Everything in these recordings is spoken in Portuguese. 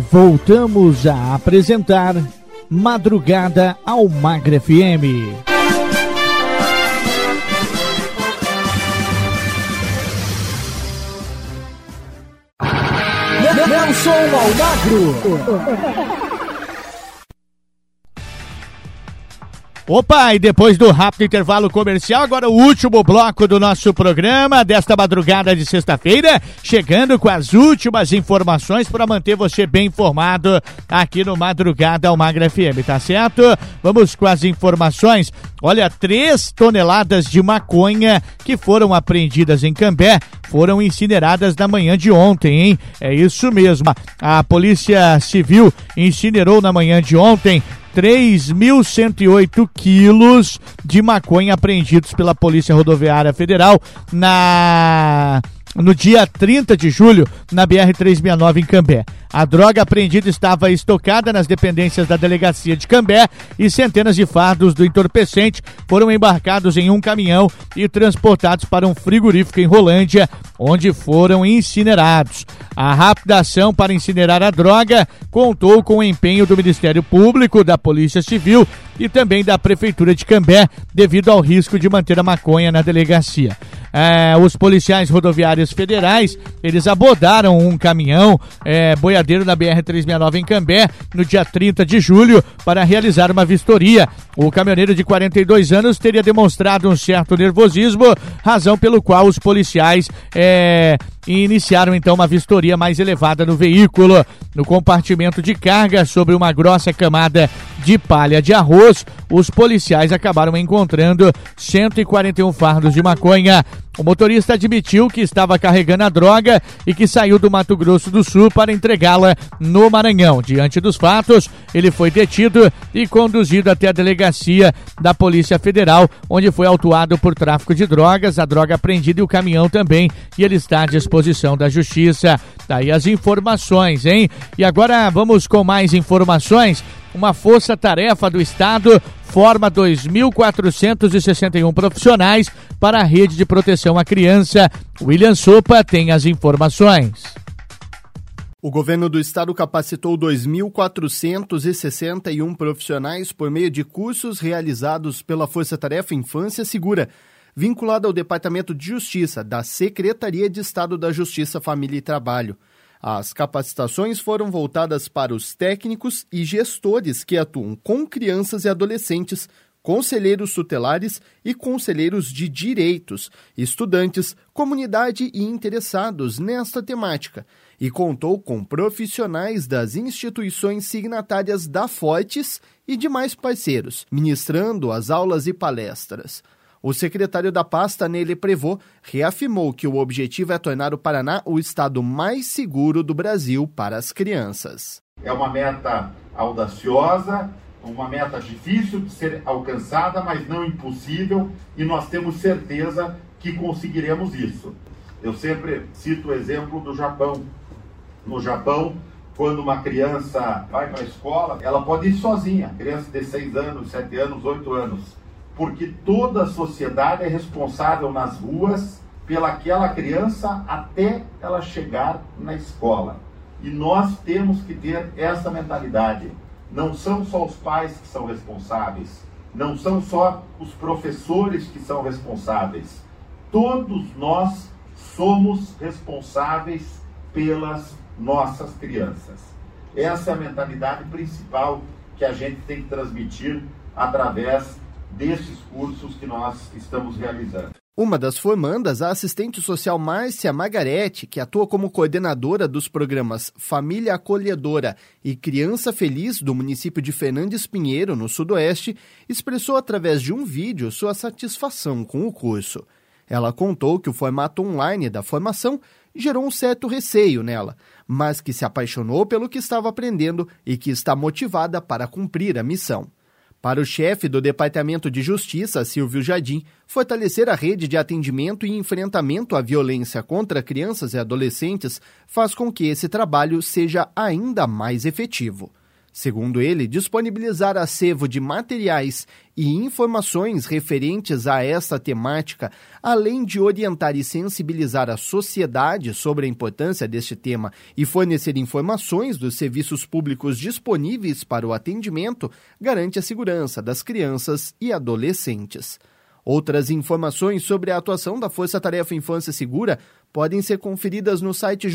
Voltamos a apresentar Madrugada Almagre FM. Nelson Almagro. Opa, e depois do rápido intervalo comercial, agora o último bloco do nosso programa desta madrugada de sexta-feira, chegando com as últimas informações para manter você bem informado aqui no Madrugada Almagre FM, tá certo? Vamos com as informações. Olha, 3 toneladas de maconha que foram apreendidas em Cambé foram incineradas na manhã de ontem, hein? É isso mesmo. A Polícia Civil incinerou na manhã de ontem 3.108 quilos de maconha apreendidos pela Polícia Rodoviária Federal no dia 30 de julho, na BR-369 em Cambé. A droga apreendida estava estocada nas dependências da Delegacia de Cambé e centenas de fardos do entorpecente foram embarcados em um caminhão e transportados para um frigorífico em Rolândia, onde foram incinerados. A rápida ação para incinerar a droga contou com o empenho do Ministério Público, da Polícia Civil e também da Prefeitura de Cambé, devido ao risco de manter a maconha na delegacia. Os policiais rodoviários federais, eles abordaram um caminhão boiadeiro na BR-369 em Cambé no dia 30 de julho para realizar uma vistoria. O caminhoneiro de 42 anos teria demonstrado um certo nervosismo, razão pelo qual os policiais iniciaram então uma vistoria mais elevada no veículo. No compartimento de carga, sobre uma grossa camada de palha de arroz, os policiais acabaram encontrando 141 fardos de maconha. O motorista admitiu que estava carregando a droga e que saiu do Mato Grosso do Sul para entregá-la no Maranhão. Diante dos fatos, ele foi detido e conduzido até a delegacia da Polícia Federal, onde foi autuado por tráfico de drogas, a droga apreendida e o caminhão também, e ele está à disposição da Justiça. Daí as informações, hein? E agora vamos com mais informações. Uma força-tarefa do Estado forma 2.461 profissionais para a rede de proteção à criança. William Sopa tem as informações. O governo do estado capacitou 2.461 profissionais por meio de cursos realizados pela Força-Tarefa Infância Segura, vinculada ao Departamento de Justiça da Secretaria de Estado da Justiça, Família e Trabalho. As capacitações foram voltadas para os técnicos e gestores que atuam com crianças e adolescentes, conselheiros tutelares e conselheiros de direitos, estudantes, comunidade e interessados nesta temática, e contou com profissionais das instituições signatárias da Fortes e demais parceiros, ministrando as aulas e palestras. O secretário da pasta, Nele Prevot, reafirmou que o objetivo é tornar o Paraná o estado mais seguro do Brasil para as crianças. É uma meta audaciosa, uma meta difícil de ser alcançada, mas não impossível, e nós temos certeza que conseguiremos isso. Eu sempre cito o exemplo do Japão. No Japão, quando uma criança vai para a escola, ela pode ir sozinha, criança de 6 anos, 7 anos, 8 anos. Porque toda a sociedade é responsável nas ruas pelaquela criança até ela chegar na escola. E nós temos que ter essa mentalidade. Não são só os pais que são responsáveis, não são só os professores que são responsáveis. Todos nós somos responsáveis pelas nossas crianças. Essa é a mentalidade principal que a gente tem que transmitir através desses cursos que nós estamos realizando. Uma das formandas, a assistente social Márcia Margarete, que atua como coordenadora dos programas Família Acolhedora e Criança Feliz do município de Fernandes Pinheiro, no Sudoeste, expressou através de um vídeo sua satisfação com o curso. Ela contou que o formato online da formação gerou um certo receio nela, mas que se apaixonou pelo que estava aprendendo e que está motivada para cumprir a missão. Para o chefe do Departamento de Justiça, Silvio Jardim, fortalecer a rede de atendimento e enfrentamento à violência contra crianças e adolescentes faz com que esse trabalho seja ainda mais efetivo. Segundo ele, disponibilizar acervo de materiais e informações referentes a esta temática, além de orientar e sensibilizar a sociedade sobre a importância deste tema e fornecer informações dos serviços públicos disponíveis para o atendimento, garante a segurança das crianças e adolescentes. Outras informações sobre a atuação da Força Tarefa Infância Segura podem ser conferidas no site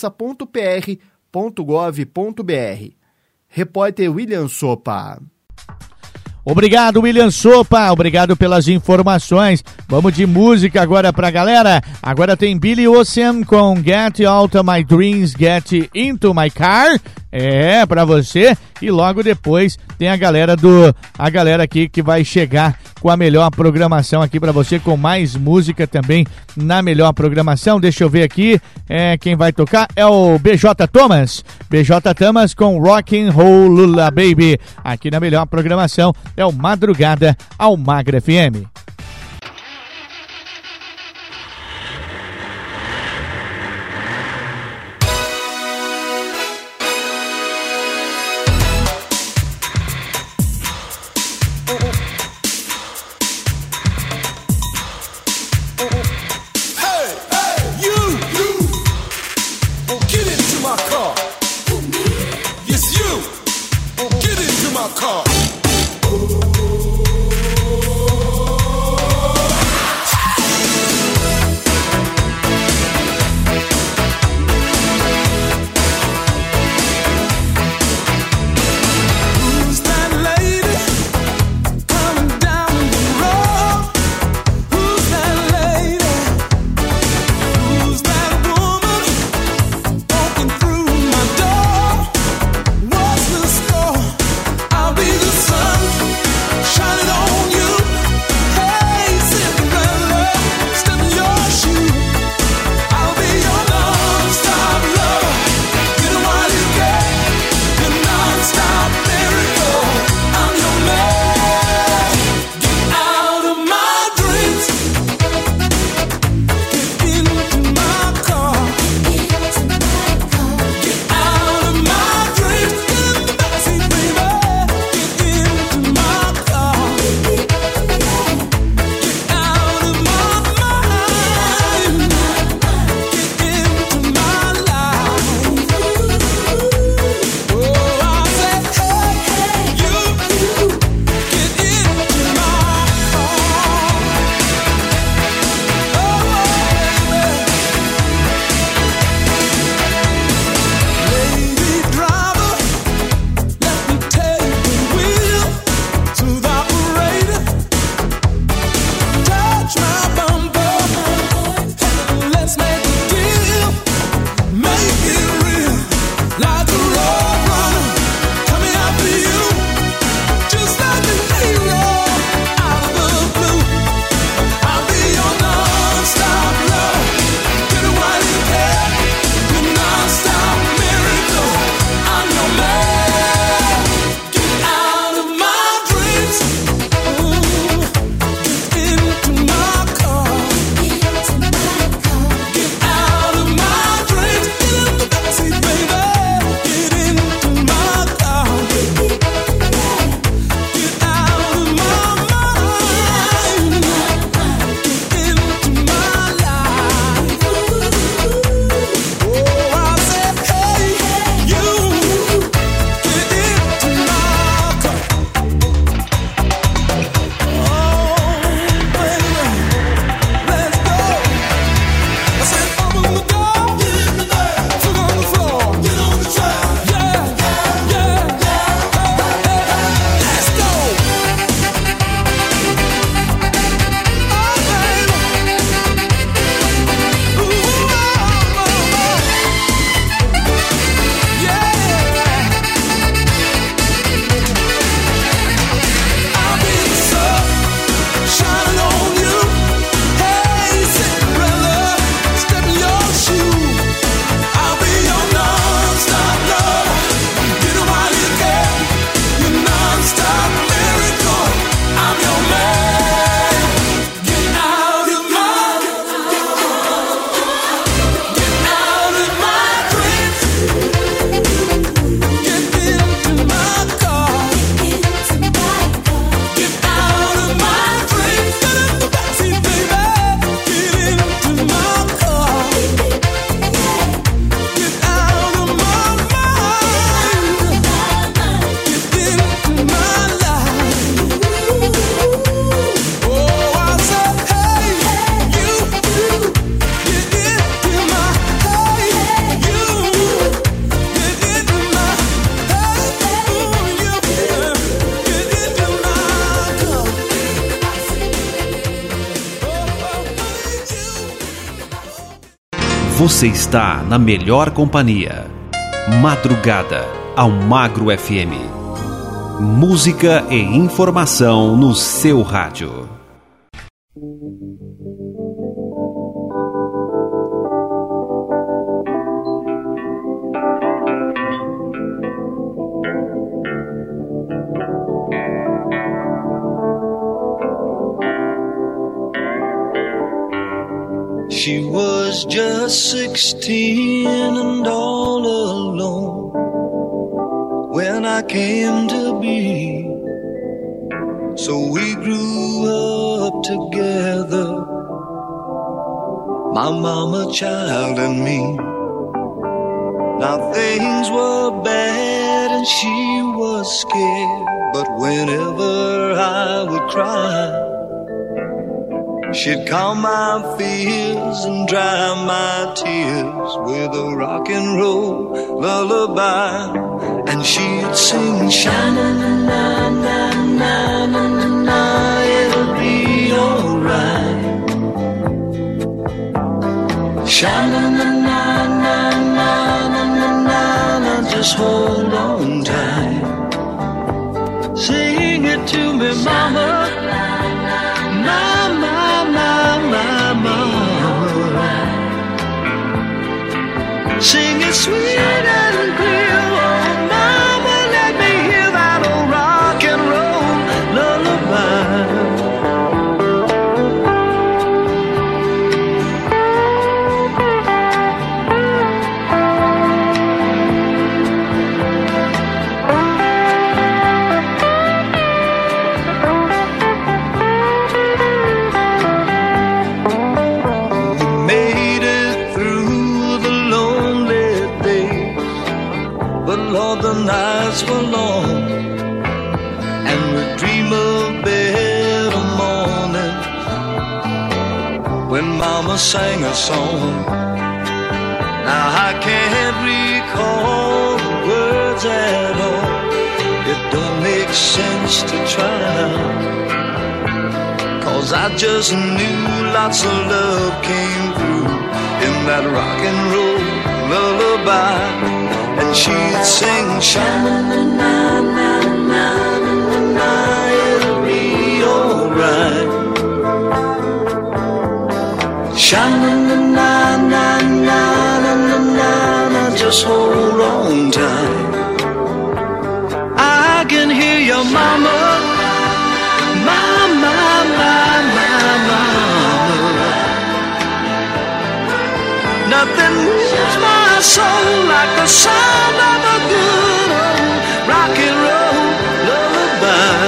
justiça.pr.gov.br. Repórter William Sopa. Obrigado, William Sopa. Obrigado pelas informações. Vamos de música agora pra galera. Agora tem Billy Ocean com Get Out of My Dreams, Get Into My Car. É, pra você. E logo depois tem a galera aqui que vai chegar com a melhor programação aqui pra você, com mais música também na melhor programação. Deixa eu ver aqui, quem vai tocar é o BJ Thomas. BJ Thomas com Rockin' Roll Lula Baby. Aqui na melhor programação é o Madrugada Almagra FM. Car. Você está na melhor companhia. Madrugada, Almagro FM. Música e informação no seu rádio. She was just 16 and all alone when I came to be. So we grew up together, my mama, child, and me. Now things were bad and she was scared, but whenever I would cry, she'd calm my fears and dry my tears with a rock and roll lullaby. And she'd sing, sha-na-na-na-na-na-na-na, it'll be alright. Sha-na-na-na-na-na-na-na, just hold on tight. Sing it to me, mama. Sing it sweet and clear, oh mama, let me hear that old rock and roll lullaby. Nights were long, and we'd dream of better mornings when mama sang a song. Now I can't recall the words at all, it don't make sense to try, 'cause I just knew lots of love came through in that rock and roll lullaby. And she'd sing, sha-na-na-na-na-na-na, it'll be alright. Sha-na-na-na-na-na-na-na, just hold on tight. I can hear your mama, mama, mama, mama. Nothing moves my soul like the sound of a good old rock and roll lullaby.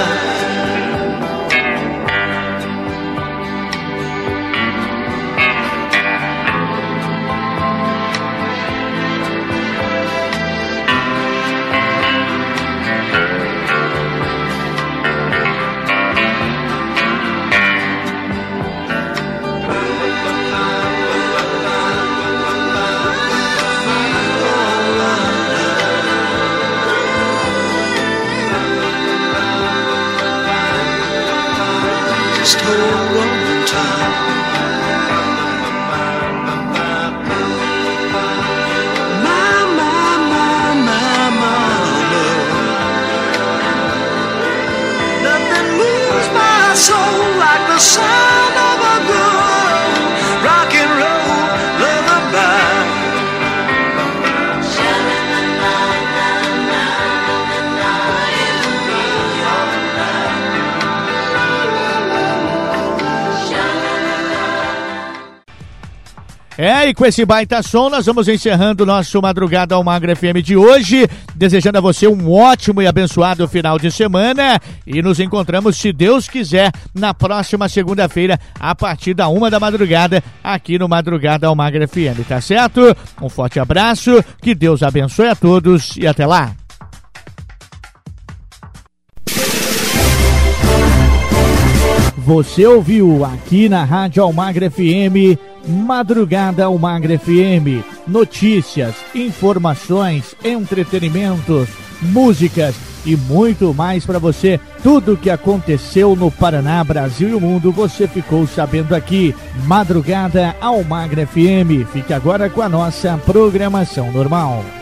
Just hold on tight. My, my, my, my, my love. Nothing moves my soul like the sound of a good rock and roll lullaby. E com esse baita som, nós vamos encerrando o nosso Madrugada Almagro FM de hoje, desejando a você um ótimo e abençoado final de semana, e nos encontramos, se Deus quiser, na próxima segunda-feira, a partir da 1 da madrugada, aqui no Madrugada Almagro FM, tá certo? Um forte abraço, que Deus abençoe a todos e até lá! Você ouviu aqui na Rádio Almagro FM, Madrugada Almagro FM. Notícias, informações, entretenimentos, músicas e muito mais para você. Tudo o que aconteceu no Paraná, Brasil e o mundo, você ficou sabendo aqui. Madrugada Almagro FM. Fique agora com a nossa programação normal.